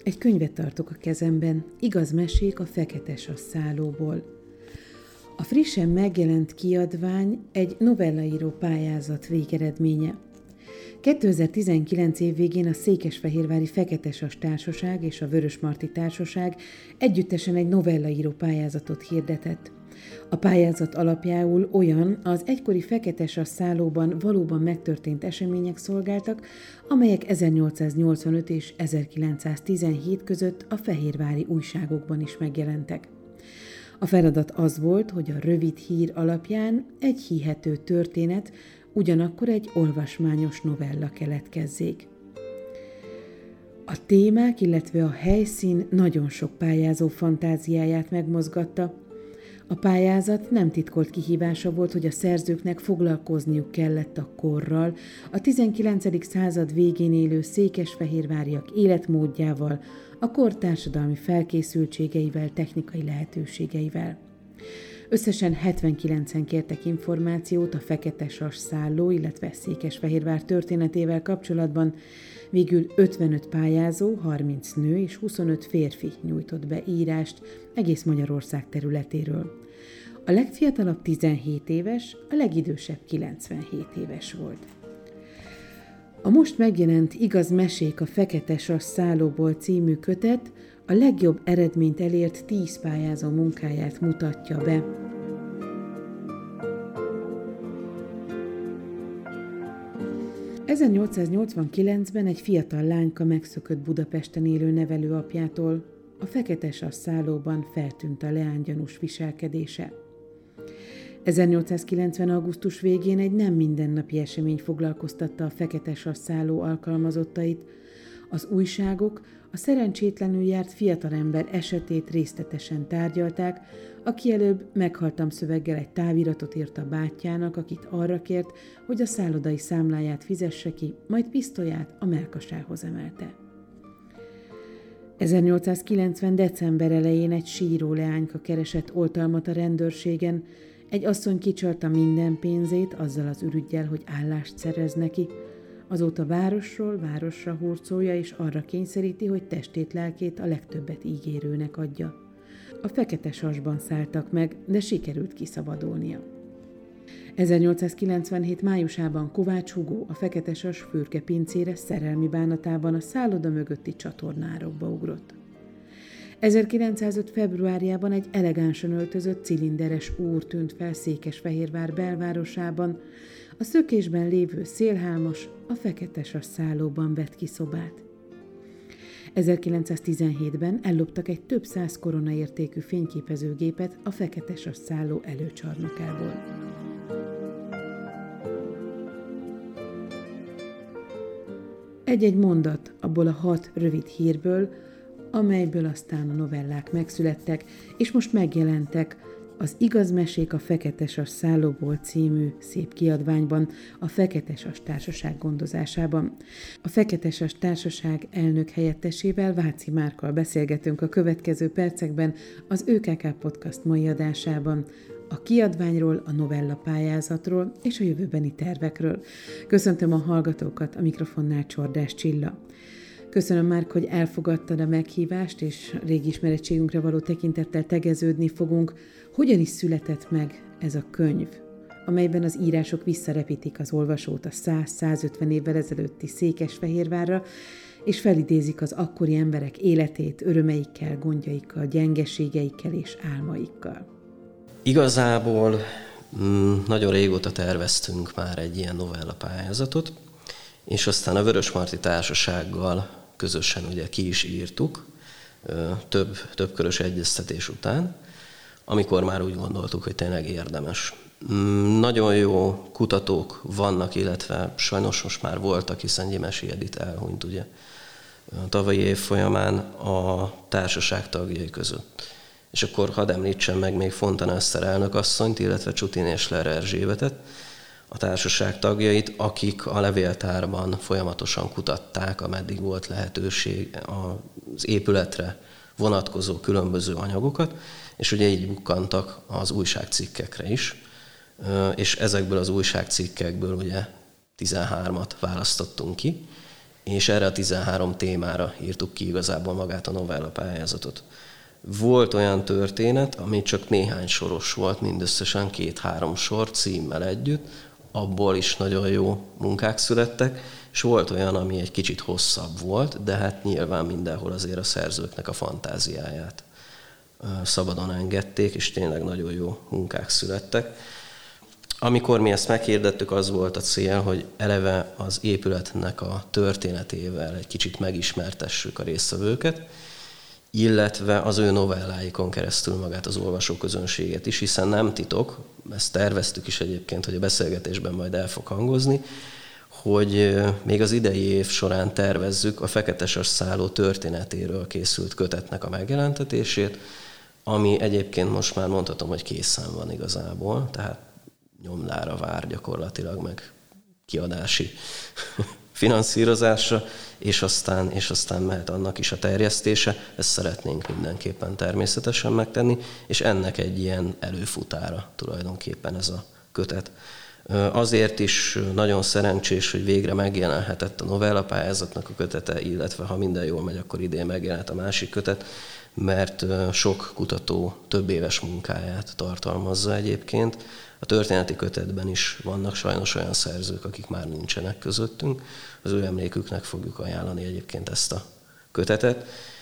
Egy könyvet tartok a kezemben, Igaz mesék a Fekete Sas szállóból. A frissen megjelent kiadvány egy novellaíró pályázat végeredménye. 2019 év végén a Székesfehérvári Fekete Sas Társaság és a Vörösmarty Társaság együttesen egy novellaíró pályázatot hirdetett. A pályázat alapjául olyan az egykori Fekete Sas szállóban valóban megtörtént események szolgáltak, amelyek 1885 és 1917 között a fehérvári újságokban is megjelentek. A feladat az volt, hogy a rövid hír alapján egy hihető történet, ugyanakkor egy olvasmányos novella keletkezzék. A témák, illetve a helyszín nagyon sok pályázó fantáziáját megmozgatta. A pályázat nem titkolt kihívása volt, hogy a szerzőknek foglalkozniuk kellett a korral, a 19. század végén élő székesfehérváriak életmódjával, a kor társadalmi felkészültségeivel, technikai lehetőségeivel. Összesen 79-en kértek információt a Fekete Sas szálló, illetve Székesfehérvár történetével kapcsolatban, végül 55 pályázó, 30 nő és 25 férfi nyújtott be írást egész Magyarország területéről. A legfiatalabb 17 éves, a legidősebb 97 éves volt. A most megjelent Igaz mesék a Fekete Sas szállóból című kötet a legjobb eredményt elért 10 pályázó munkáját mutatja be. ...1889-ben egy fiatal lányka megszökött Budapesten élő nevelőapjától. A Fekete Sas szállóban feltűnt a leánygyanús viselkedése. 1890. augusztus végén egy nem mindennapi esemény foglalkoztatta a Fekete Sas szálló alkalmazottait. Az újságok a szerencsétlenül járt fiatalember esetét részletesen tárgyalták, aki előbb meghaltam szöveggel egy táviratot írt a bátyjának, akit arra kért, hogy a szállodai számláját fizesse ki, majd pisztolyát a mellkasához emelte. 1890. december elején egy síró leányka keresett oltalmat a rendőrségen, egy asszony kicsalta minden pénzét azzal az ürüggyel, hogy állást szerez neki. Azóta városról városra hurcolja, és arra kényszeríti, hogy testét-lelkét a legtöbbet ígérőnek adja. A Fekete Sasban szálltak meg, de sikerült kiszabadulnia. 1897. májusában Kovács Hugó a Fekete Sas fürkepincére szerelmi bánatában a szálloda mögötti csatornárokba ugrott. 1905. februárjában egy elegánsan öltözött cilinderes úr tűnt fel Székesfehérvár belvárosában, a szökésben lévő szélhámos a Fekete Sas szállóban vett ki szobát. 1917-ben elloptak egy több száz korona értékű fényképezőgépet a Fekete Sas szálló előcsarnokából. Egy-egy mondat abból a 6 rövid hírből, amelyből aztán a novellák megszülettek, és most megjelentek az Igaz mesék a Fekete Sas szállóból című szép kiadványban, a Fekete Sas Társaság gondozásában. A Fekete Sas Társaság elnök helyettesével, Váci Márkkal beszélgetünk a következő percekben az ÖKK Podcast mai adásában a kiadványról, a novella pályázatról és a jövőbeni tervekről. Köszöntöm a hallgatókat, a mikrofonnál Csordás Csilla. Köszönöm, Márk, hogy elfogadtad a meghívást, és régi ismerettségünkre való tekintettel tegeződni fogunk. Hogyan is született meg ez a könyv, amelyben az írások visszarepítik az olvasót a 100-150 évvel ezelőtti Székesfehérvárra, és felidézik az akkori emberek életét örömeikkel, gondjaikkal, gyengeségeikkel és álmaikkal. Igazából nagyon régóta terveztünk már egy ilyen novella pályázatot, és aztán a Vörösmarty Társasággal közösen ugye ki is írtuk, több körös egyeztetés után, amikor már úgy gondoltuk, hogy tényleg érdemes. Nagyon jó kutatók vannak, illetve sajnos most már voltak, hiszen Gyimesi Edit elhunyt ugye a tavalyi év folyamán a társaság tagjai között. És akkor hadd említsem meg még Fontan Eszter elnökasszonyt, illetve Csutin és Ler Erzsébetet, a társaság tagjait, akik a levéltárban folyamatosan kutatták, ameddig volt lehetőség az épületre vonatkozó különböző anyagokat, és ugye így bukkantak az újságcikkekre is, és ezekből az újságcikkekből ugye 13-at választottunk ki, és erre a 13 témára írtuk ki igazából magát a novella pályázatot. Volt olyan történet, ami csak néhány soros volt, mindösszesen 2-3 sor címmel együtt, abból is nagyon jó munkák születtek, és volt olyan, ami egy kicsit hosszabb volt, de hát nyilván mindenhol azért a szerzőknek a fantáziáját szabadon engedték, és tényleg nagyon jó munkák születtek. Amikor mi ezt meghirdettük, az volt a cél, hogy eleve az épületnek a történetével egy kicsit megismertessük a résztvevőket, illetve az ő novelláikon keresztül magát az olvasóközönséget is, hiszen nem titok, ezt terveztük is egyébként, hogy a beszélgetésben majd el fog hangozni, hogy még az idei év során tervezzük a Fekete-sas szálló történetéről készült kötetnek a megjelentetését, ami egyébként most már mondhatom, hogy készen van igazából, tehát nyomdára vár gyakorlatilag meg kiadási finanszírozásra, és aztán mehet annak is a terjesztése. Ezt szeretnénk mindenképpen természetesen megtenni, és ennek egy ilyen előfutára tulajdonképpen ez a kötet. Azért is nagyon szerencsés, hogy végre megjelenhetett a novellapályázatnak a kötete, illetve ha minden jól megy, akkor idén megjelent a másik kötet, mert sok kutató több éves munkáját tartalmazza egyébként. A történeti kötetben is vannak sajnos olyan szerzők, akik már nincsenek közöttünk. Az ő emléküknek fogjuk ajánlani egyébként ezt a kötetet.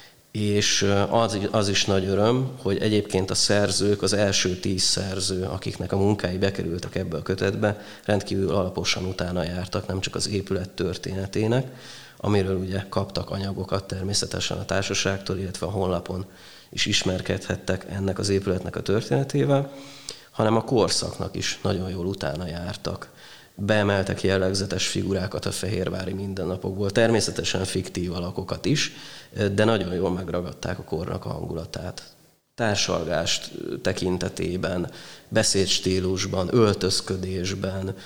És az is nagy öröm, hogy egyébként a szerzők, az első 10 szerző, akiknek a munkái bekerültek ebbe a kötetbe, rendkívül alaposan utána jártak, nem csak az épület történetének, amiről ugye kaptak anyagokat természetesen a társaságtól, illetve a honlapon is ismerkedhettek ennek az épületnek a történetével, hanem a korszaknak is nagyon jól utána jártak. Beemeltek jellegzetes figurákat a fehérvári mindennapokból, természetesen fiktív alakokat is, de nagyon jól megragadták a kornak a hangulatát. Társalgást tekintetében, beszédstílusban, öltözködésben,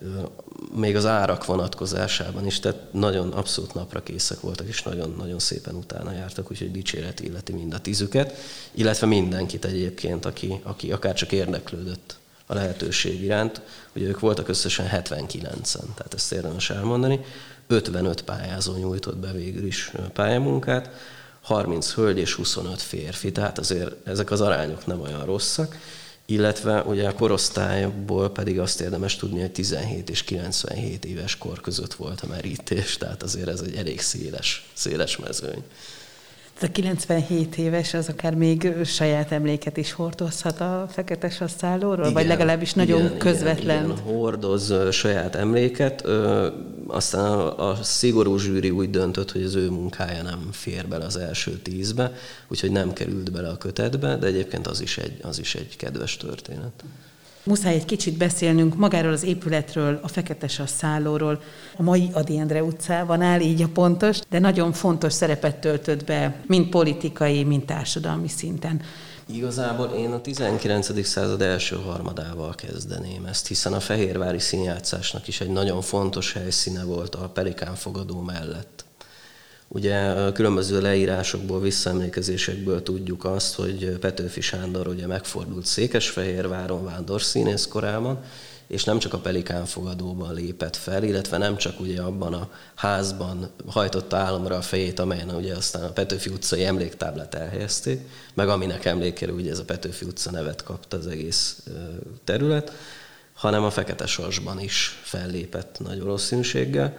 még az árak vonatkozásában is, tehát nagyon abszolút napra készek voltak, és nagyon-nagyon szépen utána jártak, úgyhogy dicséret illeti mind a 10-üket, illetve mindenkit egyébként, aki akár csak érdeklődött a lehetőség iránt. Ugye ők voltak összesen 79-en, tehát ezt érdemes elmondani. 55 pályázó nyújtott be végül is pályamunkát, 30 hölgy és 25 férfi, tehát azért ezek az arányok nem olyan rosszak, illetve ugye a korosztályból pedig azt érdemes tudni, hogy 17 és 97 éves kor között volt a merítés, tehát azért ez egy elég széles mezőny. A 97 éves az akár még saját emléket is hordozhat a Fekete-sas szállóról, vagy legalábbis nagyon közvetlen. Igen, hordoz saját emléket. Aztán a szigorú zsűri úgy döntött, hogy az ő munkája nem fér bele az első 10-be, úgyhogy nem került bele a kötetbe, de egyébként az is egy kedves történet. Muszáj egy kicsit beszélnünk magáról az épületről, a Fekete-sas szállóról. A mai Ady Endre utcában áll, így a pontos, de nagyon fontos szerepet töltött be, mind politikai, mind társadalmi szinten. Igazából én a 19. század első harmadával kezdeném ezt, hiszen a fehérvári színjátszásnak is egy nagyon fontos helyszíne volt a Pelikán fogadó mellett. Ugye különböző leírásokból, visszaemlékezésekből tudjuk azt, hogy Petőfi Sándor ugye megfordult Székesfehérváron vándorszínész korában, és nem csak a Pelikán fogadóban lépett fel, illetve nem csak ugye abban a házban hajtotta álomra a fejét, amelyen ugye aztán a Petőfi utcai emléktáblát elhelyezték, meg aminek emlékére ugye ez a Petőfi utca nevet kapta az egész terület, hanem a Fekete-sasban is fellépett nagy valószínűséggel.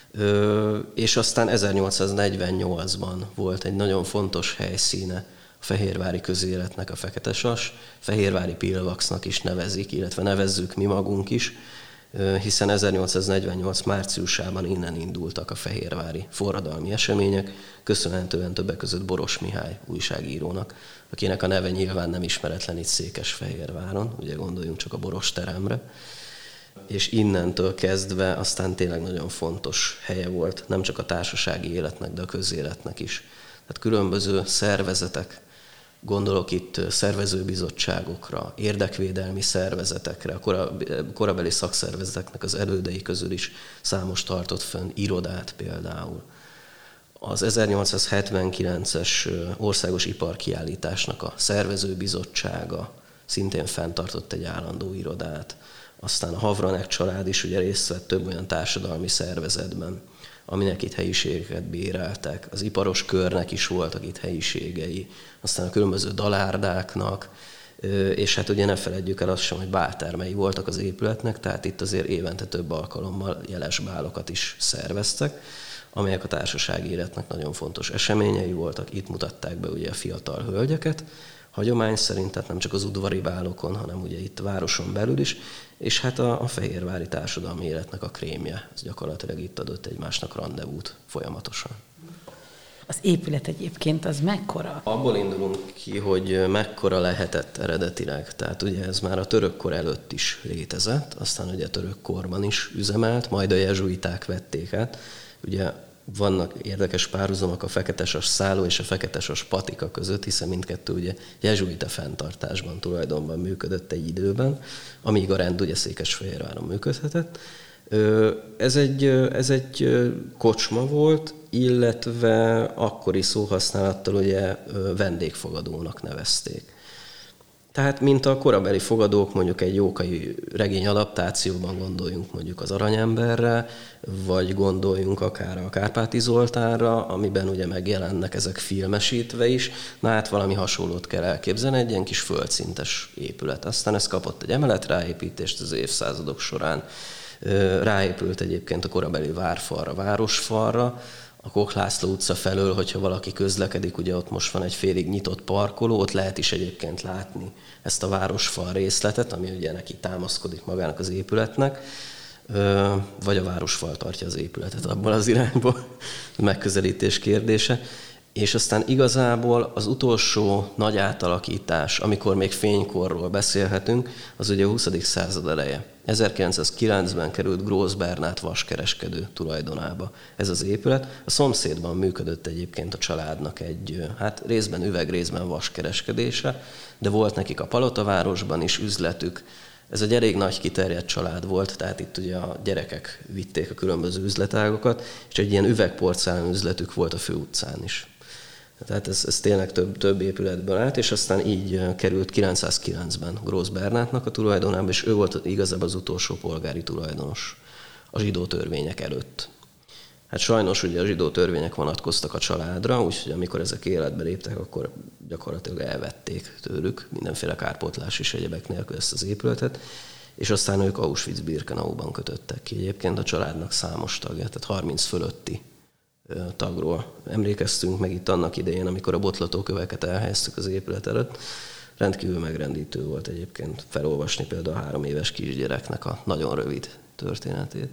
És aztán 1848-ban volt egy nagyon fontos helyszíne a fehérvári közéletnek a Fekete-sas, fehérvári Pilvaxnak is nevezik, illetve nevezzük mi magunk is, hiszen 1848 márciusában innen indultak a fehérvári forradalmi események, köszönhetően többek között Boros Mihály újságírónak, akinek a neve nyilván nem ismeretlen itt Székesfehérváron, ugye gondoljunk csak a Boros teremre, és innentől kezdve aztán tényleg nagyon fontos helye volt, nem csak a társasági életnek, de a közéletnek is. Tehát különböző szervezetek, gondolok itt szervezőbizottságokra, érdekvédelmi szervezetekre, a korabeli szakszervezeteknek az elődei közül is számos tartott fönn irodát például. Az 1879-es országos iparkiállításnak a szervezőbizottsága szintén fenntartott egy állandó irodát. aztán a Havranek család is ugye részt vett több olyan társadalmi szervezetben, aminek itt helyiségeket béreltek. Az iparos körnek is voltak itt helyiségei, aztán a különböző dalárdáknak, és hát ugye ne feledjük el azt sem, hogy báltermei voltak az épületnek, tehát itt azért évente több alkalommal jeles bálokat is szerveztek, amelyek a társasági életnek nagyon fontos eseményei voltak. Itt mutatták be ugye a fiatal hölgyeket, hagyomány szerint, tehát nem csak az udvari bálokon, hanem ugye itt a városon belül is, és hát a fehérvári társadalmi életnek a krémje, ez gyakorlatilag itt adott egymásnak randevút folyamatosan. Az épület egyébként az mekkora? Abból indulunk ki, hogy mekkora lehetett eredetileg. Tehát ugye ez már a török kor előtt is létezett, aztán ugye a török korban is üzemelt, majd a jezsuiták vették át. Ugye vannak érdekes párhuzamok a feketesas szálló és a feketesas patika között, hiszen mindkettő ugye jezsuita fenntartásban, tulajdonban működött egy időben, amíg a rend ugye Székesfehérváron működhetett. Ez egy kocsma volt, illetve akkori szóhasználattal ugye vendégfogadónak nevezték. Tehát, mint a korabeli fogadók, mondjuk egy Jókai regény adaptációban gondoljunk mondjuk az Aranyemberre, vagy gondoljunk akár a Kárpáti Zoltánra, amiben ugye megjelennek ezek filmesítve is. Na hát valami hasonlót kell elképzelni, egy ilyen kis földszintes épület. Aztán ez kapott egy emeletráépítést az évszázadok során. Ráépült egyébként a korabeli várfalra, városfalra, a Koch László utca felől, hogyha valaki közlekedik, ugye ott most van egy félig nyitott parkoló, ott lehet is egyébként látni ezt a városfal részletet, ami ugye neki támaszkodik magának az épületnek, vagy a városfal tartja az épületet abban az irányból, megközelítés kérdése. És aztán igazából az utolsó nagy átalakítás, amikor még fénykorról beszélhetünk, az ugye a 20. század eleje. 1909-ben került Grósz Bernát vaskereskedő tulajdonába ez az épület. A szomszédban működött egyébként a családnak egy, hát részben üveg, részben vaskereskedése, de volt nekik a Palotavárosban is üzletük. Ez egy elég nagy kiterjedt család volt, tehát itt ugye a gyerekek vitték a különböző üzletágokat, és egy ilyen üvegporcelán üzletük volt a főutcán is. Tehát ez tényleg több épületből állt, és aztán így került 909-ben Grósz Bernátnak a tulajdonába, és ő volt igazából az utolsó polgári tulajdonos a zsidó törvények előtt. Hát sajnos ugye a zsidó törvények vonatkoztak a családra, úgyhogy amikor ezek életbe léptek, akkor gyakorlatilag elvették tőlük mindenféle kárpótlás és egyebek nélkül ezt az épületet, és aztán ők Auschwitz-Birkenauban kötöttek ki. Egyébként a családnak számos tagja, tehát 30 fölötti tagról emlékeztünk meg itt annak idején, amikor a botlatóköveket elhelyeztük az épület előtt. Rendkívül megrendítő volt egyébként felolvasni például a 3 éves kisgyereknek a nagyon rövid történetét.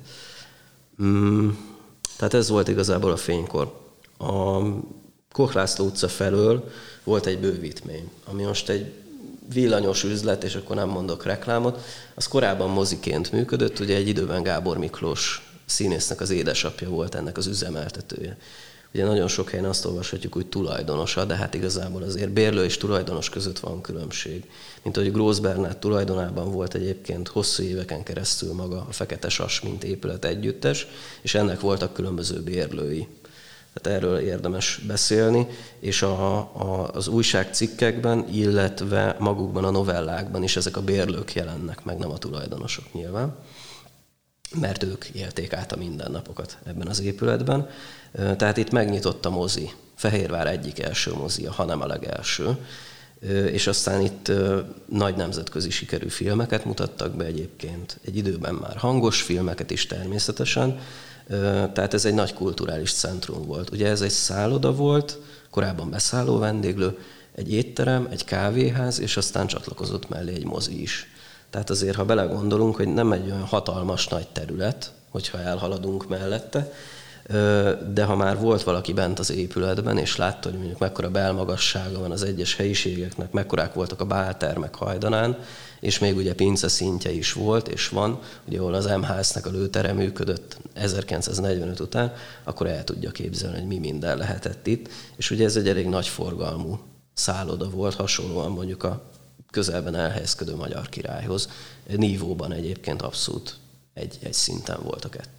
Tehát ez volt igazából a fénykor. A Koch László utca felől volt egy bővítmény, ami most egy villanyos üzlet, és akkor nem mondok reklámot, az korábban moziként működött, ugye egy időben Gábor Miklós színésznek az édesapja volt ennek az üzemeltetője. Ugye nagyon sok helyen azt olvashatjuk, hogy tulajdonosa, de hát igazából azért bérlő és tulajdonos között van különbség. Mint ahogy Grósz Bernát tulajdonában volt egyébként hosszú éveken keresztül maga a Fekete Sas, mint épület együttes, és ennek voltak különböző bérlői. Tehát erről érdemes beszélni, és az újságcikkekben, illetve magukban a novellákban is ezek a bérlők jelennek meg, nem a tulajdonosok nyilván, mert ők élték át a mindennapokat ebben az épületben. Tehát itt megnyitott a mozi, Fehérvár egyik első mozia, hanem a legelső, és aztán itt nagy nemzetközi sikerű filmeket mutattak be egyébként, egy időben már hangos filmeket is természetesen, tehát ez egy nagy kulturális centrum volt. Ugye ez egy szálloda volt, korábban beszálló vendéglő, egy étterem, egy kávéház, és aztán csatlakozott mellé egy mozi is. Tehát azért, ha belegondolunk, hogy nem egy olyan hatalmas nagy terület, hogyha elhaladunk mellette, de ha már volt valaki bent az épületben, és látta, hogy mondjuk mekkora belmagassága van az egyes helyiségeknek, mekkorák voltak a báltermek hajdanán, és még ugye pince szintje is volt, és van, ugye ahol az MHS-nek a lőtere működött 1945 után, akkor el tudja képzelni, hogy mi minden lehetett itt. És ugye ez egy elég nagy forgalmú szálloda volt, hasonlóan mondjuk a közelben elhelyezkedő Magyar Királyhoz. Nívóban egyébként abszolút egy szinten volt a kettő.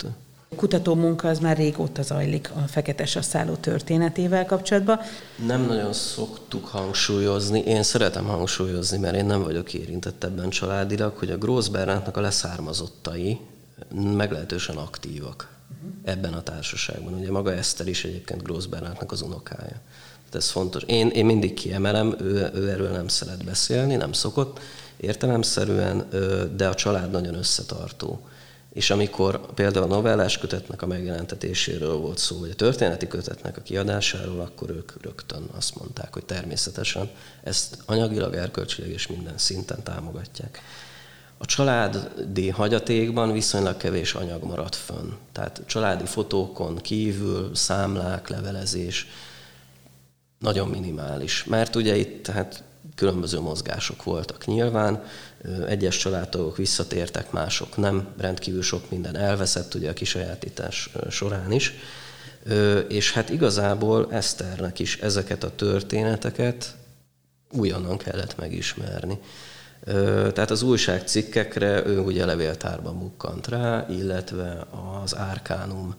Kutatómunka az már régóta zajlik a Fekete Sasszáló történetével kapcsolatban. Nem nagyon szoktuk hangsúlyozni, én szeretem hangsúlyozni, mert én nem vagyok érintett ebben családilag, hogy a Grósz Bernándnak a leszármazottai meglehetősen aktívak ebben a társaságban. Ugye maga Eszter is egyébként Grósz Bernándnak az unokája. Ez fontos. Én mindig kiemelem, ő erről nem szeret beszélni, nem szokott értelemszerűen, de a család nagyon összetartó. És amikor például a novellás kötetnek a megjelentetéséről volt szó, vagy a történeti kötetnek a kiadásáról, akkor ők rögtön azt mondták, hogy természetesen ezt anyagilag, erkölcsileg és minden szinten támogatják. A családi hagyatékban viszonylag kevés anyag maradt fönn. Tehát családi fotókon kívül számlák, levelezés nagyon minimális. Mert ugye itt tehát különböző mozgások voltak nyilván, egyes családtagok visszatértek, mások nem, rendkívül sok minden elveszett ugye a kisajátítás során is, és hát igazából Eszternek is ezeket a történeteket újonnan kellett megismerni. Tehát az újságcikkekre ő ugye levéltárban bukkant rá, illetve az Arcanum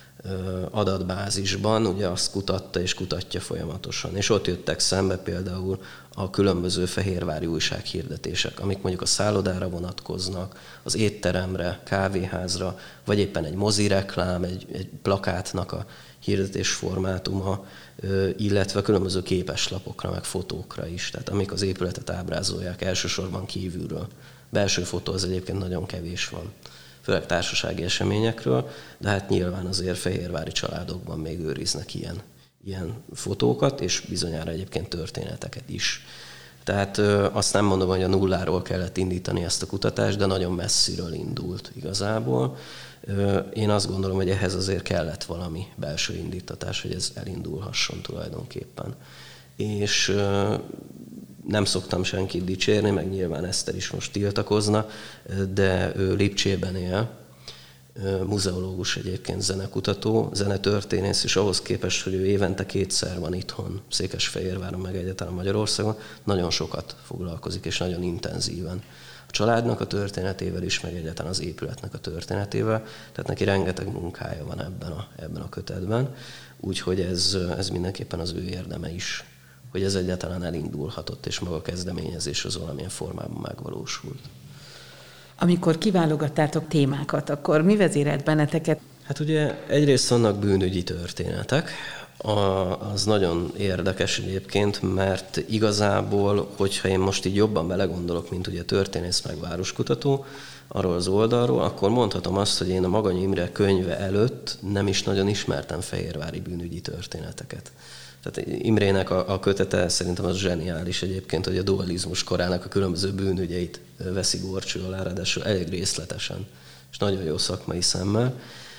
adatbázisban ugye azt kutatta és kutatja folyamatosan. És ott jöttek szembe például a különböző fehérvári újsághirdetések, amik mondjuk a szállodára vonatkoznak, az étteremre, kávéházra, vagy éppen egy mozireklám, egy plakátnak a hirdetés formátuma, illetve különböző képeslapokra, meg fotókra is, tehát amik az épületet ábrázolják elsősorban kívülről. Belső fotó az egyébként nagyon kevés van, főleg társasági eseményekről, de hát nyilván azért fehérvári családokban még őriznek ilyen fotókat, és bizonyára egyébként történeteket is. Tehát azt nem mondom, hogy a nulláról kellett indítani ezt a kutatást, de nagyon messziről indult igazából. Én azt gondolom, hogy ehhez azért kellett valami belső indítatás, hogy ez elindulhasson tulajdonképpen. És nem szoktam senkit dicsérni, meg nyilván Eszter is most tiltakozna, de ő Lipcsében él, muzeológus egyébként, zenekutató, zenetörténész, és ahhoz képest, hogy ő évente 2-szer van itthon, Székesfehérváron, meg egyáltalán Magyarországon, nagyon sokat foglalkozik, és nagyon intenzíven a családnak a történetével is, meg egyáltalán az épületnek a történetével, tehát neki rengeteg munkája van ebben a kötetben, úgyhogy ez mindenképpen az ő érdeme is, hogy ez egyáltalán elindulhatott, és maga a kezdeményezés az valamilyen formában megvalósult. Amikor kiválogattátok témákat, akkor mi vezérelt benneteket? Hát ugye egyrészt vannak bűnügyi történetek, az nagyon érdekes egyébként, mert igazából, hogyha én most így jobban belegondolok, mint ugye történész meg városkutató, arról az oldalról, akkor mondhatom azt, hogy én a Magany Imre könyve előtt nem is nagyon ismertem fehérvári bűnügyi történeteket. Tehát Imrének a kötete szerintem az zseniális egyébként, hogy a dualizmus korának a különböző bűnügyeit veszi górcső alá, ráadásul elég részletesen, és nagyon jó szakmai szemmel.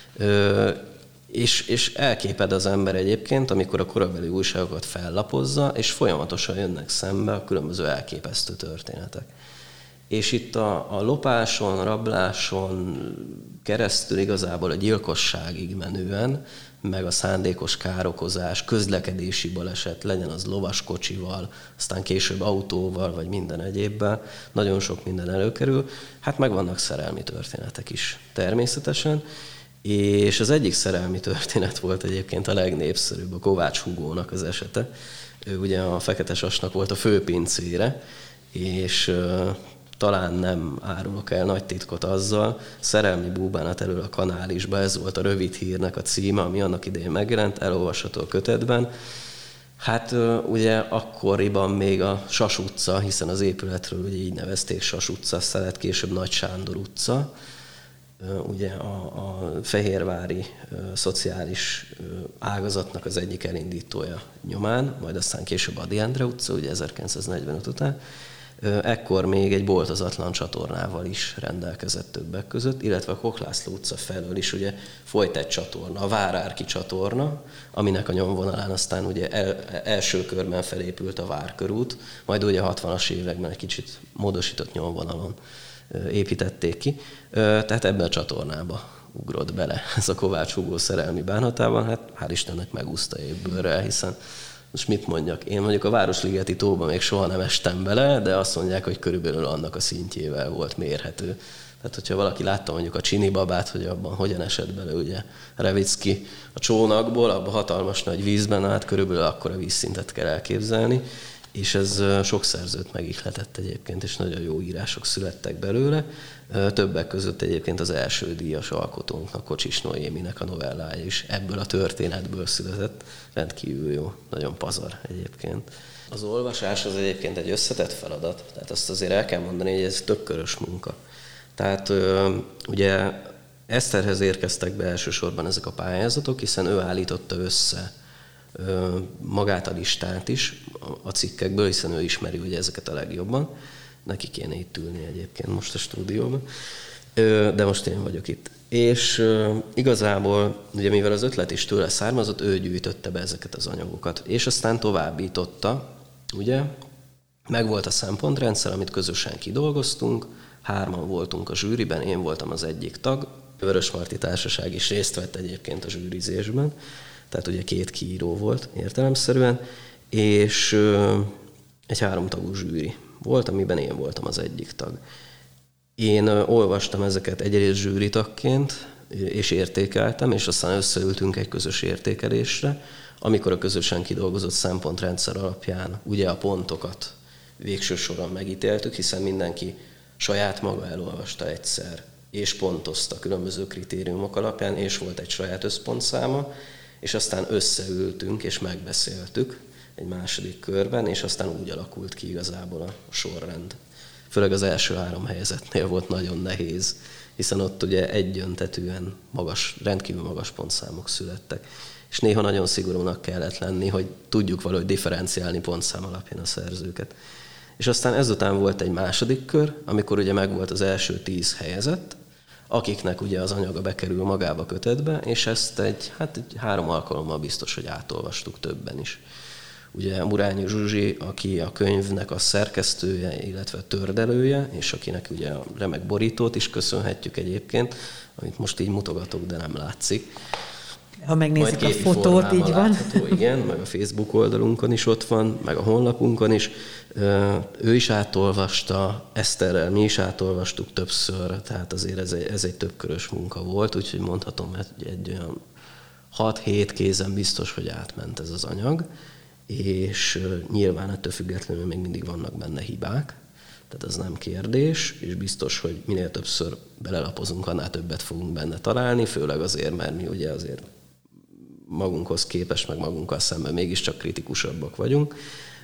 És elképed az ember egyébként, amikor a korabeli újságokat fellapozza, és folyamatosan jönnek szembe a különböző elképesztő történetek. És itt a lopáson, rabláson keresztül igazából a gyilkosságig menően, meg a szándékos károkozás, közlekedési baleset, legyen az lovaskocsival, aztán később autóval, vagy minden egyébben, nagyon sok minden előkerül. Hát meg vannak szerelmi történetek is természetesen, és az egyik szerelmi történet volt egyébként a legnépszerűbb, a Kovács Hugónak az esete. Ő ugye a Fekete Sasnak volt a főpincére, és talán nem árulok el nagy titkot azzal, szerelmi búbánat elől a kanálisba, ez volt a rövid hírnek a címe, ami annak idején megjelent, elolvasható a kötetben. Hát ugye akkoriban még a Sas utca, hiszen az épületről ugye így nevezték Sas utca, aztán lett később Nagy Sándor utca, ugye a fehérvári szociális ágazatnak az egyik elindítója nyomán, majd aztán később Ady Endre utca, ugye 1945 után. Ekkor még egy boltozatlan csatornával is rendelkezett többek között, illetve a Koch László utca felől is ugye folyt egy csatorna, a Várárki csatorna, aminek a nyomvonalán aztán ugye első körben felépült a Várkörút, majd ugye a 60-as években egy kicsit módosított nyomvonalon építették ki. Tehát ebben a csatornába ugrott bele ez a Kovács Hugó szerelmi bánatában, hát hál' Istennek megúszta évbőrrel, hiszen most mit mondjak, én mondjuk a Városligeti tóba még soha nem estem bele, de azt mondják, hogy körülbelül annak a szintjével volt mérhető. Tehát, hogyha valaki látta mondjuk a Csini babát, hogy abban hogyan esett bele ugye Revicki a csónakból, abban hatalmas nagy vízben állt, körülbelül akkora vízszintet kell elképzelni, és ez sok szerzőt megihletett egyébként, és nagyon jó írások születtek belőle. Többek között egyébként az első díjas alkotónknak, Kocsis Noéminek a novellája is ebből a történetből született. Rendkívül jó, nagyon pazar egyébként. Az olvasás az egyébként egy összetett feladat, tehát azt azért el kell mondani, hogy ez többkörös munka. Tehát ugye Eszterhez érkeztek be elsősorban ezek a pályázatok, hiszen ő állította össze magát a listát is a cikkekből, hiszen ő ismeri ugye ezeket a legjobban. Neki kéne itt ülni egyébként most a stúdióban, de most én vagyok itt. És igazából, ugye mivel az ötlet is tőle származott, ő gyűjtötte be ezeket az anyagokat, és aztán továbbította, ugye, megvolt a szempontrendszer, amit közösen kidolgoztunk, 3-an voltunk a zsűriben, én voltam az egyik tag, a Vörösmarty Társaság is részt vett egyébként a zsűrizésben, tehát ugye 2 kiíró volt értelemszerűen, és egy 3 tagú zsűri volt, amiben én voltam az egyik tag. Én olvastam ezeket egyrészt zsűritagként, és értékeltem, és aztán összeültünk egy közös értékelésre, amikor a közösen kidolgozott szempontrendszer alapján ugye a pontokat végső soron megítéltük, hiszen mindenki saját maga elolvasta egyszer, és pontozta különböző kritériumok alapján, és volt egy saját összpontszáma, és aztán összeültünk és megbeszéltük egy második körben, és aztán úgy alakult ki igazából a sorrend. Főleg az első 3 helyezettnél volt nagyon nehéz, hiszen ott ugye egyöntetűen rendkívül magas pontszámok születtek. És néha nagyon szigorúnak kellett lenni, hogy tudjuk valahogy differenciálni pontszám alapján a szerzőket. És aztán ezután volt egy második kör, amikor ugye megvolt az első 10 helyezett, akiknek ugye az anyaga bekerül magába kötetbe, és ezt egy 3 alkalommal biztos, hogy átolvastuk többen is. Ugye Murányi Zsuzsi, aki a könyvnek a szerkesztője, illetve tördelője, és akinek ugye a remek borítót is köszönhetjük egyébként, amit most így mutogatok, de nem látszik. Ha megnézik a fotót, így van. Látható, igen, meg a Facebook oldalunkon is ott van, meg a honlapunkon is. Ő is átolvasta, Eszterrel mi is átolvastuk többször, tehát azért ez egy többkörös munka volt, úgyhogy mondhatom, hogy egy olyan 6-7 kézen biztos, hogy átment ez az anyag, és nyilván ettől függetlenül még mindig vannak benne hibák, tehát ez nem kérdés, és biztos, hogy minél többször belelapozunk, annál többet fogunk benne találni, főleg azért, mert mi ugye azért magunkhoz képest, meg magunkkal szemben mégiscsak kritikusabbak vagyunk,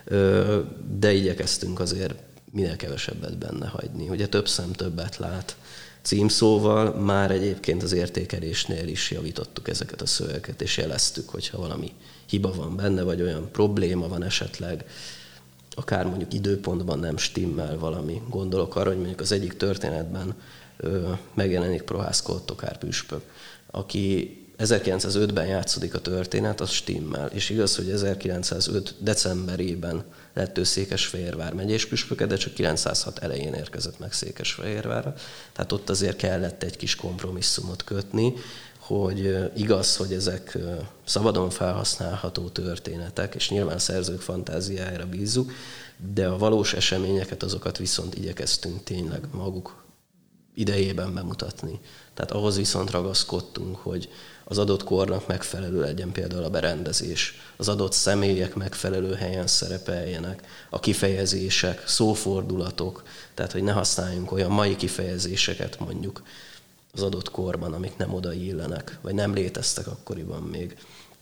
de igyekeztünk azért minél kevesebbet benne hagyni. Ugye több szem többet lát címszóval, már egyébként az értékelésnél is javítottuk ezeket a szövegeket, és jeleztük, hogyha valami hiba van benne, vagy olyan probléma van esetleg, akár mondjuk időpontban nem stimmel valami. Gondolok arra, hogy mondjuk az egyik történetben megjelenik Prohász Koltokár püspök, aki 1905-ben játszódik a történet, az stimmel. És igaz, hogy 1905. decemberében lett ő Székesfehérvár megyés püspöke, de csak 906 elején érkezett meg Székesfehérvárra. Tehát ott azért kellett egy kis kompromisszumot kötni, hogy igaz, hogy ezek szabadon felhasználható történetek, és nyilván szerzők fantáziájára bízzuk, de a valós eseményeket, azokat viszont igyekeztünk tényleg maguk idejében bemutatni. Tehát ahhoz viszont ragaszkodtunk, hogy az adott kornak megfelelő legyen például a berendezés, az adott személyek megfelelő helyen szerepeljenek, a kifejezések, szófordulatok, tehát hogy ne használjunk olyan mai kifejezéseket mondjuk az adott korban, amik nem odaillenek, vagy nem léteztek akkoriban még.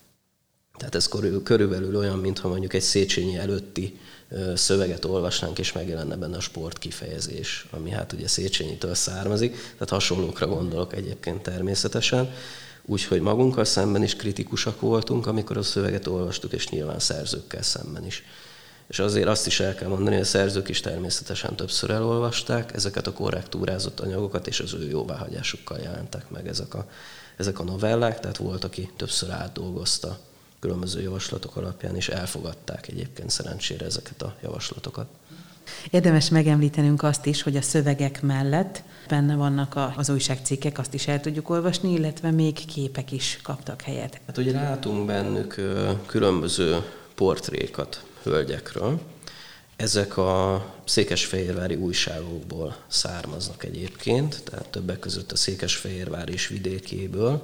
Tehát ez körülbelül olyan, mintha mondjuk egy Széchenyi előtti szöveget olvasnánk, és megjelenne benne a sport kifejezés, ami hát ugye Széchenyitől származik, tehát hasonlókra gondolok egyébként természetesen. Úgyhogy magunkkal szemben is kritikusak voltunk, amikor a szöveget olvastuk, és nyilván szerzőkkel szemben is. És azért azt is el kell mondani, hogy a szerzők is természetesen többször elolvasták ezeket a korrektúrázott anyagokat, és az ő jóváhagyásukkal jelentek meg ezek a novellák, tehát volt, aki többször átdolgozta különböző javaslatok alapján, és elfogadták egyébként szerencsére ezeket a javaslatokat. Érdemes megemlítenünk azt is, hogy a szövegek mellett benne vannak az újságcikkek, azt is el tudjuk olvasni, illetve még képek is kaptak helyet. Hát ugye látunk bennük különböző portrékat hölgyekről, Ezek a székesfehérvári újságokból származnak egyébként, tehát többek között a Székesfehérvár és vidékéből,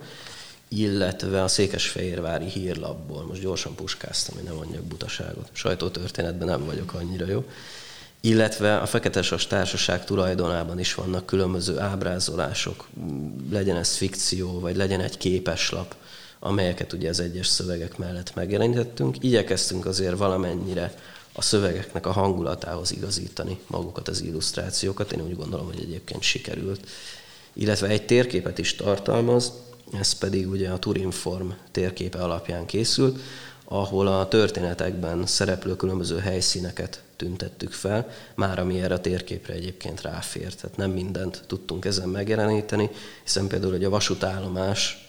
illetve a Székesfehérvári Hírlapból. Most gyorsan puskáztam, hogy ne mondjak butaságot. Sajtótörténetben nem vagyok annyira jó. Illetve a Feketesas Társaság tulajdonában is vannak különböző ábrázolások, legyen ez fikció, vagy legyen egy képeslap, amelyeket ugye az egyes szövegek mellett megjelenítettünk. Igyekeztünk azért valamennyire a szövegeknek a hangulatához igazítani magukat az illusztrációkat. Én úgy gondolom, hogy egyébként sikerült. Illetve egy térképet is tartalmaz, ez pedig ugye a Turinform térképe alapján készült, ahol a történetekben szereplő különböző helyszíneket tüntettük fel, már ami erre a térképre egyébként ráfér. Tehát nem mindent tudtunk ezen megjeleníteni, hiszen például hogy a vasútállomás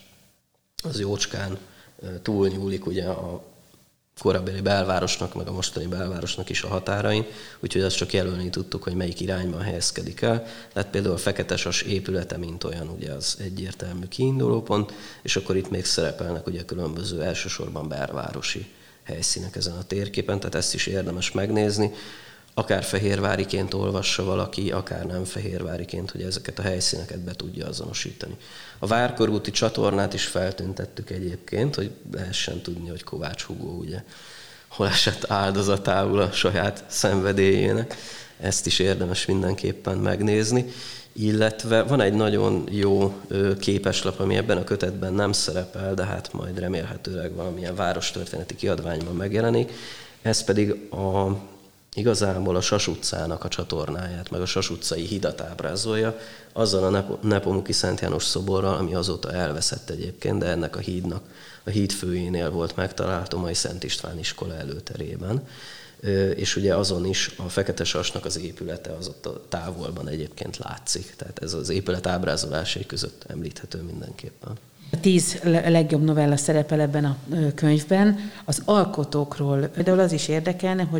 az jócskán túlnyúlik ugye a korabeli belvárosnak, meg a mostani belvárosnak is a határain, úgyhogy azt csak jelölni tudtuk, hogy melyik irányban helyezkedik el. Tehát például a Feketesas épülete, mint olyan, ugye az egyértelmű kiindulópont, és akkor itt még szerepelnek ugye különböző elsősorban belvárosi helyszínek ezen a térképen, tehát ezt is érdemes megnézni. Akár fehérváriként olvassa valaki, akár nem fehérváriként, hogy ezeket a helyszíneket be tudja azonosítani. A Várkörúti csatornát is feltüntettük egyébként, hogy lehessen tudni, hogy Kovács Hugo ugye hol esett áldozatául a saját szenvedélyének. Ezt is érdemes mindenképpen megnézni. Illetve van egy nagyon jó képeslap, ami ebben a kötetben nem szerepel, de hát majd remélhetőleg valamilyen várostörténeti kiadványban megjelenik. Ez pedig igazából a Sas utcának a csatornáját, meg a Sas utcai hidat ábrázolja, azzal a Nepomuki Szent János szoborral, ami azóta elveszett egyébként, de ennek a hídnak a híd főjénél volt megtalálható, mai Szent István iskola előterében. És ugye azon is a Feketesasnak az épülete az ott a távolban egyébként látszik. Tehát ez az épület ábrázolásai között említhető mindenképpen. A 10 legjobb novella szerepel ebben a könyvben. Az alkotókról például az is érdekelne, hogy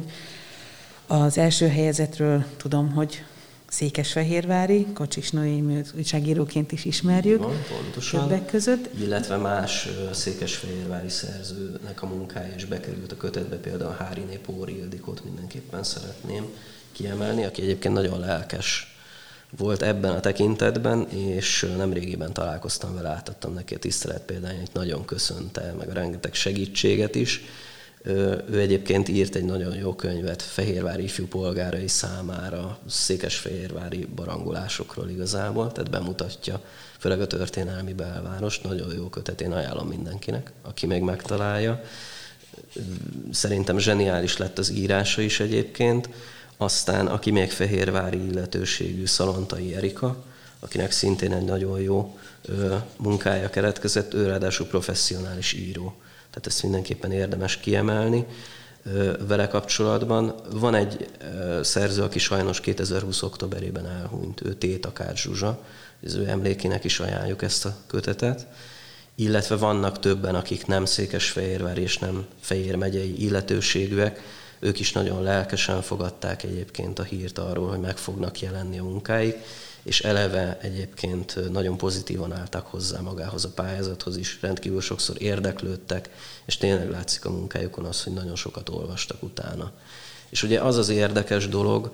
az első helyezetről tudom, hogy székesfehérvári, Kocsis Noémi újságíróként is ismerjük. Van, pontosan. Többek között. Illetve más székesfehérvári szerzőnek a munkája is bekerült a kötetbe, például a Háriné Póri Ildikót mindenképpen szeretném kiemelni, aki egyébként nagyon lelkes volt ebben a tekintetben, és nemrégiben találkoztam vele, átadtam neki a tiszteletpéldányait, nagyon köszönte, meg a rengeteg segítséget is. Ő egyébként írt egy nagyon jó könyvet fehérvári ifjú polgárai számára, székesfehérvári barangolásokról igazából, tehát bemutatja főleg a történelmi belvárost. Nagyon jó kötet, én ajánlom mindenkinek, aki még megtalálja. Szerintem zseniális lett az írása is egyébként. Aztán, aki még fehérvári illetőségű, Szalontai Erika, akinek szintén egy nagyon jó munkája keletkezett, ő ráadásul professzionális író. Tehát ezt mindenképpen érdemes kiemelni vele kapcsolatban. Van egy szerző, aki sajnos 2020. októberében elhunyt, ő T. Takács Zsuzsa, az ő emlékének is ajánljuk ezt a kötetet. Illetve vannak többen, akik nem székesfehérvári és nem Fejér megyei illetőségűek, ők is nagyon lelkesen fogadták egyébként a hírt arról, hogy meg fognak jelenni a munkáik, és eleve egyébként nagyon pozitívan álltak hozzá magához a pályázathoz is, rendkívül sokszor érdeklődtek, és tényleg látszik a munkájukon az, hogy nagyon sokat olvastak utána. És ugye az az érdekes dolog,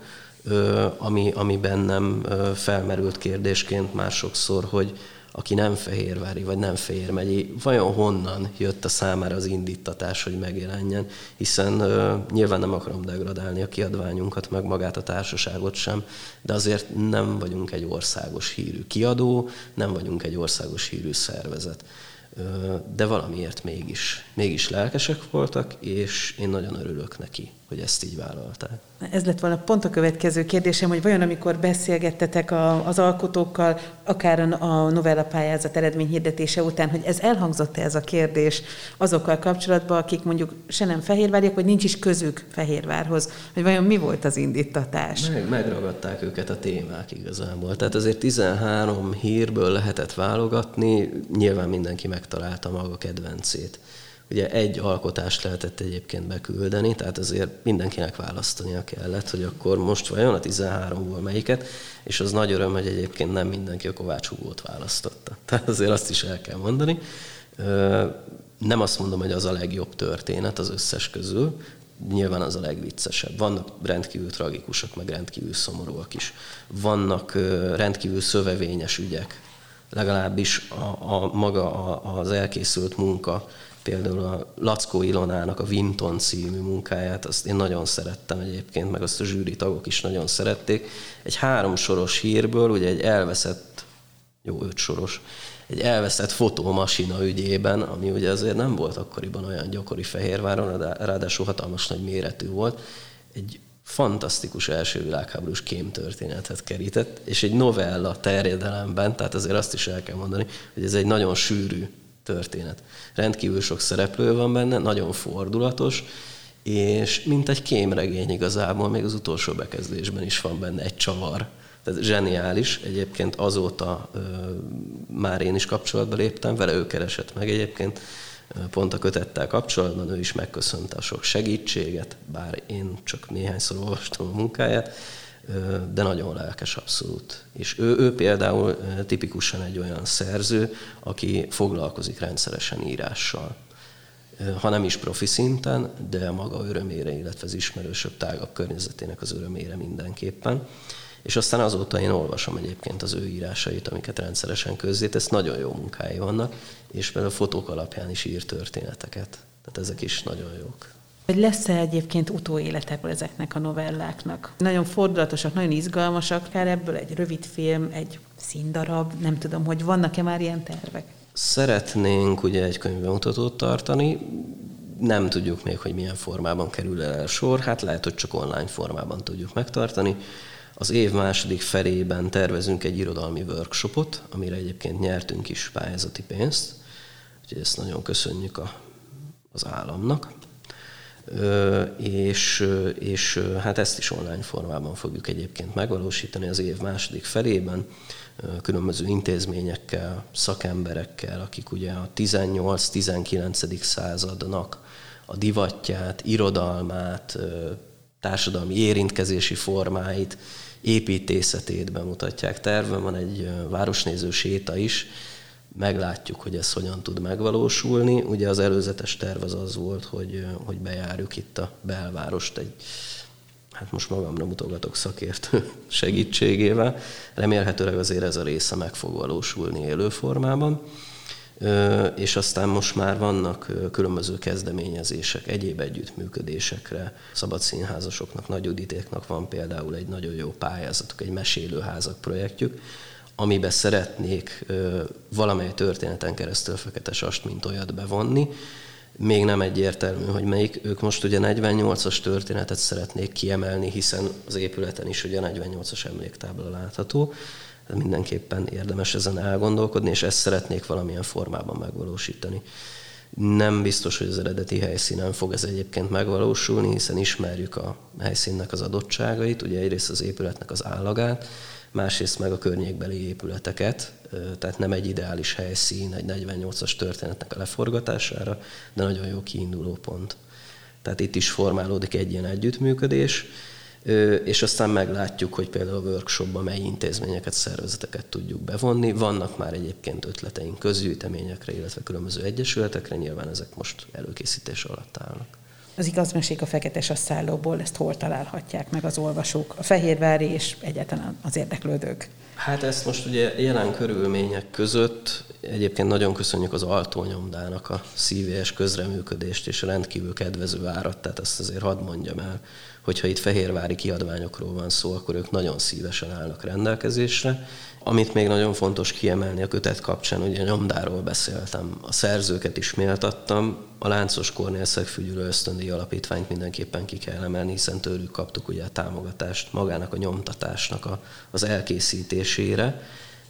ami bennem felmerült kérdésként már sokszor, hogy aki nem fehérvári, vagy nem Fejér-megyei, vajon honnan jött a számára az indítatás, hogy megjelenjen, hiszen nyilván nem akarom degradálni a kiadványunkat, meg magát a társaságot sem, de azért nem vagyunk egy országos hírű kiadó, nem vagyunk egy országos hírű szervezet. De valamiért mégis lelkesek voltak, és én nagyon örülök neki, hogy ezt így vállalták. Ez lett volna pont a következő kérdésem, hogy vajon amikor beszélgettetek az alkotókkal, akár a novella pályázat eredményhirdetése után, hogy ez elhangzott-e ez a kérdés azokkal kapcsolatban, akik mondjuk se nem fehérváriak, vagy nincs is közük Fehérvárhoz, hogy vajon mi volt az indítatás? Megragadták őket a témák igazából. Tehát azért 13 hírből lehetett válogatni, nyilván mindenki megtalálta maga kedvencét. Ugye egy alkotást lehetett egyébként beküldeni, tehát azért mindenkinek választania kellett, hogy akkor most vajon a 13-ból melyiket, és az nagy öröm, hogy egyébként nem mindenki a Kovács Hugót választotta. Tehát azért azt is el kell mondani. Nem azt mondom, hogy az a legjobb történet az összes közül, nyilván az a legviccesebb. Vannak rendkívül tragikusak, meg rendkívül szomorúak is. Vannak rendkívül szövevényes ügyek. Legalábbis maga az elkészült munka, például a Lackó Ilonának a Vinton című munkáját, azt én nagyon szerettem egyébként, meg azt a zsűri tagok is nagyon szerették. Egy 3 soros hírből, ugye egy elveszett, 5 soros, egy elveszett fotómasina ügyében, ami ugye azért nem volt akkoriban olyan gyakori Fehérváron, ráadásul hatalmas nagy méretű volt, egy fantasztikus első világháborús kémtörténetet kerített, és egy novella terjedelemben, tehát azért azt is el kell mondani, hogy ez egy nagyon sűrű történet. Rendkívül sok szereplő van benne, nagyon fordulatos, és mint egy kémregény igazából, még az utolsó bekezdésben is van benne egy csavar. Tehát zseniális, egyébként azóta már én is kapcsolatba léptem vele, ő keresett meg egyébként, pont a kötettel kapcsolatban, ő is megköszönte a sok segítséget, bár én csak néhányszor olvastam a munkáját, de nagyon lelkes abszolút. És ő például tipikusan egy olyan szerző, aki foglalkozik rendszeresen írással. Ha nem is profi szinten, de a maga örömére, illetve az ismerősebb, tágabb környezetének az örömére mindenképpen. És aztán azóta én olvasom egyébként az ő írásait, amiket rendszeresen közzétesz, nagyon jó munkái vannak, és például a fotók alapján is ír történeteket. Tehát ezek is nagyon jók. Hogy lesz-e egyébként utóélete ezeknek a novelláknak? Nagyon fordulatosak, nagyon izgalmasak, akár ebből egy rövid film, egy színdarab, nem tudom, hogy vannak-e már ilyen tervek? Szeretnénk ugye egy könyvbemutatót tartani, nem tudjuk még, hogy milyen formában kerül el sor, hát lehet, hogy csak online formában tudjuk megtartani. Az év második felében tervezünk egy irodalmi workshopot, amire egyébként nyertünk is pályázati pénzt, úgyhogy ezt nagyon köszönjük az államnak. És hát ezt is online formában fogjuk egyébként megvalósítani az év második felében, különböző intézményekkel, szakemberekkel, akik ugye a 18-19. századnak a divatját, irodalmát, társadalmi érintkezési formáit, építészetét bemutatják. Terven van egy városnéző séta is, meglátjuk, hogy ez hogyan tud megvalósulni. Ugye az előzetes terv az volt, hogy bejárjuk itt a belvárost hát most magamra mutogatok szakértő segítségével. Remélhetőleg azért ez a része meg fog valósulni élő formában. És aztán most már vannak különböző kezdeményezések, egyéb együttműködésekre. Szabad színházasoknak, Nagy Juditéknak van például egy nagyon jó pályázatuk, egy mesélőházak projektjük, amiben szeretnék valamely történeten keresztül Fekete Sast, mint olyat bevonni. Még nem egyértelmű, hogy melyik. Ők most ugye 48-as történetet szeretnék kiemelni, hiszen az épületen is ugye 48-as emléktábla látható. Mindenképpen érdemes ezen elgondolkodni, és ezt szeretnék valamilyen formában megvalósítani. Nem biztos, hogy az eredeti helyszínen fog ez egyébként megvalósulni, hiszen ismerjük a helyszínnek az adottságait, ugye egyrészt az épületnek az állagát, másrészt meg a környékbeli épületeket, tehát nem egy ideális helyszín egy 48-as történetnek a leforgatására, de nagyon jó kiinduló pont. Tehát itt is formálódik egy ilyen együttműködés, és aztán meglátjuk, hogy például a workshopban mely intézményeket, szervezeteket tudjuk bevonni. Vannak már egyébként ötleteink közgyűjteményekre, illetve különböző egyesületekre, nyilván ezek most előkészítés alatt állnak. Az igazmesék a Fekete Sas szállóból, ezt hol találhatják meg az olvasók, a fehérvári és egyáltalán az érdeklődők? Hát ezt most ugye jelen körülmények között egyébként nagyon köszönjük az Altó nyomdának a szívélyes közreműködést és a rendkívül kedvező árat, tehát ezt azért hadd mondjam el, hogyha itt fehérvári kiadványokról van szó, akkor ők nagyon szívesen állnak rendelkezésre. Amit még nagyon fontos kiemelni a kötet kapcsán, ugye a nyomdáról beszéltem, a szerzőket is méltattam, a Láncos Kornél Szegfügyülő Ösztöndíj Alapítványt mindenképpen ki kell emelni, hiszen tőlük kaptuk ugye a támogatást magának a nyomtatásnak az elkészítésére,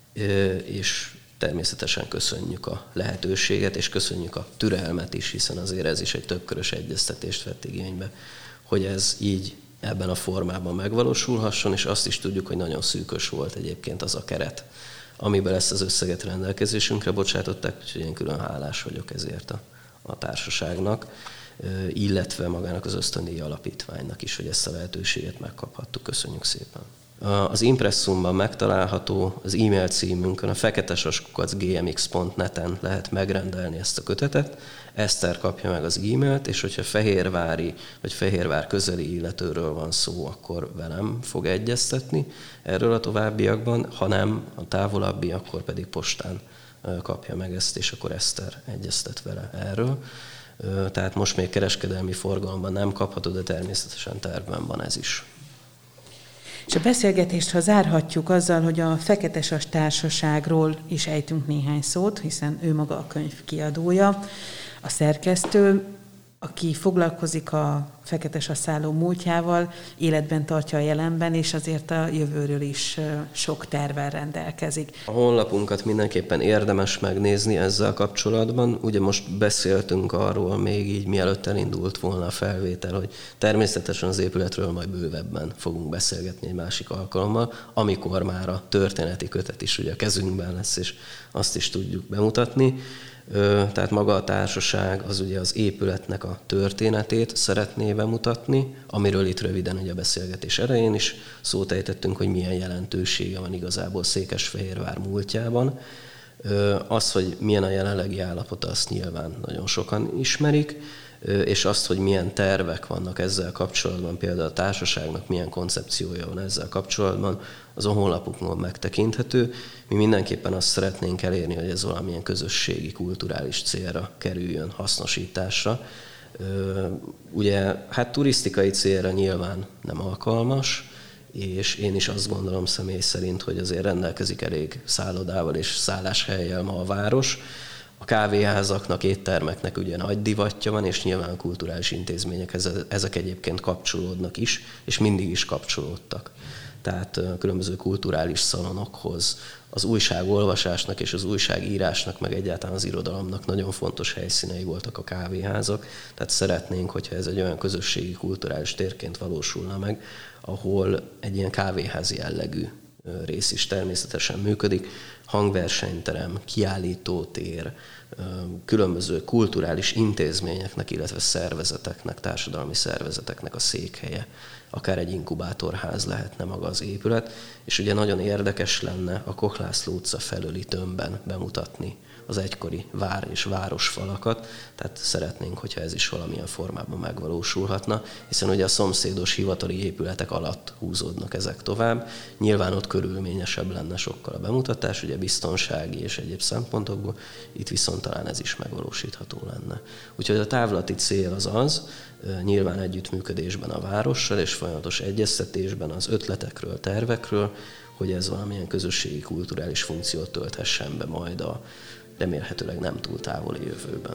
és természetesen köszönjük a lehetőséget, és köszönjük a türelmet is, hiszen azért ez is egy többkörös egyeztetést vett igénybe, hogy ez így ebben a formában megvalósulhasson, és azt is tudjuk, hogy nagyon szűkös volt egyébként az a keret, amiben ezt az összeget rendelkezésünkre bocsátották, úgyhogy én külön hálás vagyok ezért a társaságnak, illetve magának az Ösztöndíj Alapítványnak is, hogy ezt a lehetőséget megkaphattuk. Köszönjük szépen! Az impresszumban megtalálható az e-mail címünkön, a feketesas@gmx.net-en lehet megrendelni ezt a kötetet. Eszter kapja meg az e-mailt, és hogyha fehérvári vagy Fehérvár közeli illetőről van szó, akkor velem fog egyeztetni erről a továbbiakban, ha nem a távolabbi, akkor pedig postán kapja meg ezt, és akkor Eszter egyeztet vele erről. Tehát most még kereskedelmi forgalomban nem kapható, de természetesen tervben van ez is. És a beszélgetést, ha zárhatjuk azzal, hogy a Feketesas Társaságról is ejtünk néhány szót, hiszen ő maga a könyv kiadója, a szerkesztő, aki foglalkozik a Feketesas szálló múltjával, életben tartja a jelenben, és azért a jövőről is sok tervvel rendelkezik. A honlapunkat mindenképpen érdemes megnézni ezzel kapcsolatban. Ugye most beszéltünk arról még így, mielőtt elindult volna a felvétel, hogy természetesen az épületről majd bővebben fogunk beszélgetni egy másik alkalommal, amikor már a történeti kötet is ugye a kezünkben lesz, és azt is tudjuk bemutatni. Tehát maga a társaság az ugye az épületnek a történetét szeretné bemutatni, amiről itt röviden ugye a beszélgetés elején is szót ejtettünk, hogy milyen jelentősége van igazából Székesfehérvár múltjában. Az, hogy milyen a jelenlegi állapota, azt nyilván nagyon sokan ismerik, és azt, hogy milyen tervek vannak ezzel kapcsolatban, például a társaságnak milyen koncepciója van ezzel kapcsolatban, az a honlapunkon megtekinthető. Mi mindenképpen azt szeretnénk elérni, hogy ez valamilyen közösségi, kulturális célra kerüljön hasznosításra. Ugye, hát turisztikai célra nyilván nem alkalmas, és én is azt gondolom személy szerint, hogy azért rendelkezik elég szállodával és szálláshellyel ma a város. A kávéházaknak, éttermeknek ugye nagy divatja van, és nyilván a kulturális intézményekhez ezek egyébként kapcsolódnak is, és mindig is kapcsolódtak. Tehát különböző kulturális szalonokhoz, az újságolvasásnak és az újságírásnak, meg egyáltalán az irodalomnak nagyon fontos helyszínei voltak a kávéházak. Tehát szeretnénk, hogyha ez egy olyan közösségi kulturális térként valósulna meg, ahol egy ilyen kávéházi jellegű rész is természetesen működik, hangversenyterem, kiállítótér, különböző kulturális intézményeknek, illetve szervezeteknek, társadalmi szervezeteknek a székhelye. Akár egy inkubátorház lehetne maga az épület, és ugye nagyon érdekes lenne a Koch László utca felőli tömbben bemutatni az egykori vár és városfalakat, tehát szeretnénk, hogyha ez is valamilyen formában megvalósulhatna, hiszen ugye a szomszédos hivatali épületek alatt húzódnak ezek tovább. Nyilván ott körülményesebb lenne sokkal a bemutatás, ugye biztonsági és egyéb szempontokból, itt viszont talán ez is megvalósítható lenne. Úgyhogy a távlati cél az, nyilván együttműködésben a várossal és folyamatos egyeztetésben az ötletekről, tervekről, hogy ez valamilyen közösségi kulturális funkciót tölthessen be majd a remélhetőleg nem túl távoli jövőben.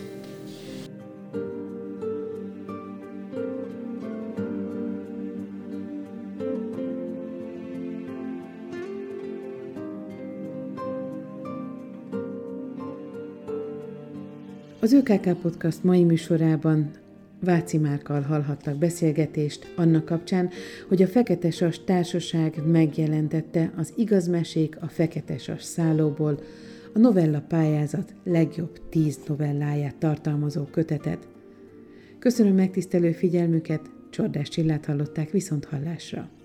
Az ÖKK Podcast mai műsorában Váci Márkkal hallhattak beszélgetést annak kapcsán, hogy a Feketesas Társaság megjelentette az Igazmesék a Feketesas szállóból a novella pályázat legjobb 10 novelláját tartalmazó kötetet. Köszönöm megtisztelő figyelmüket, Csordás Csillát hallották, viszonthallásra.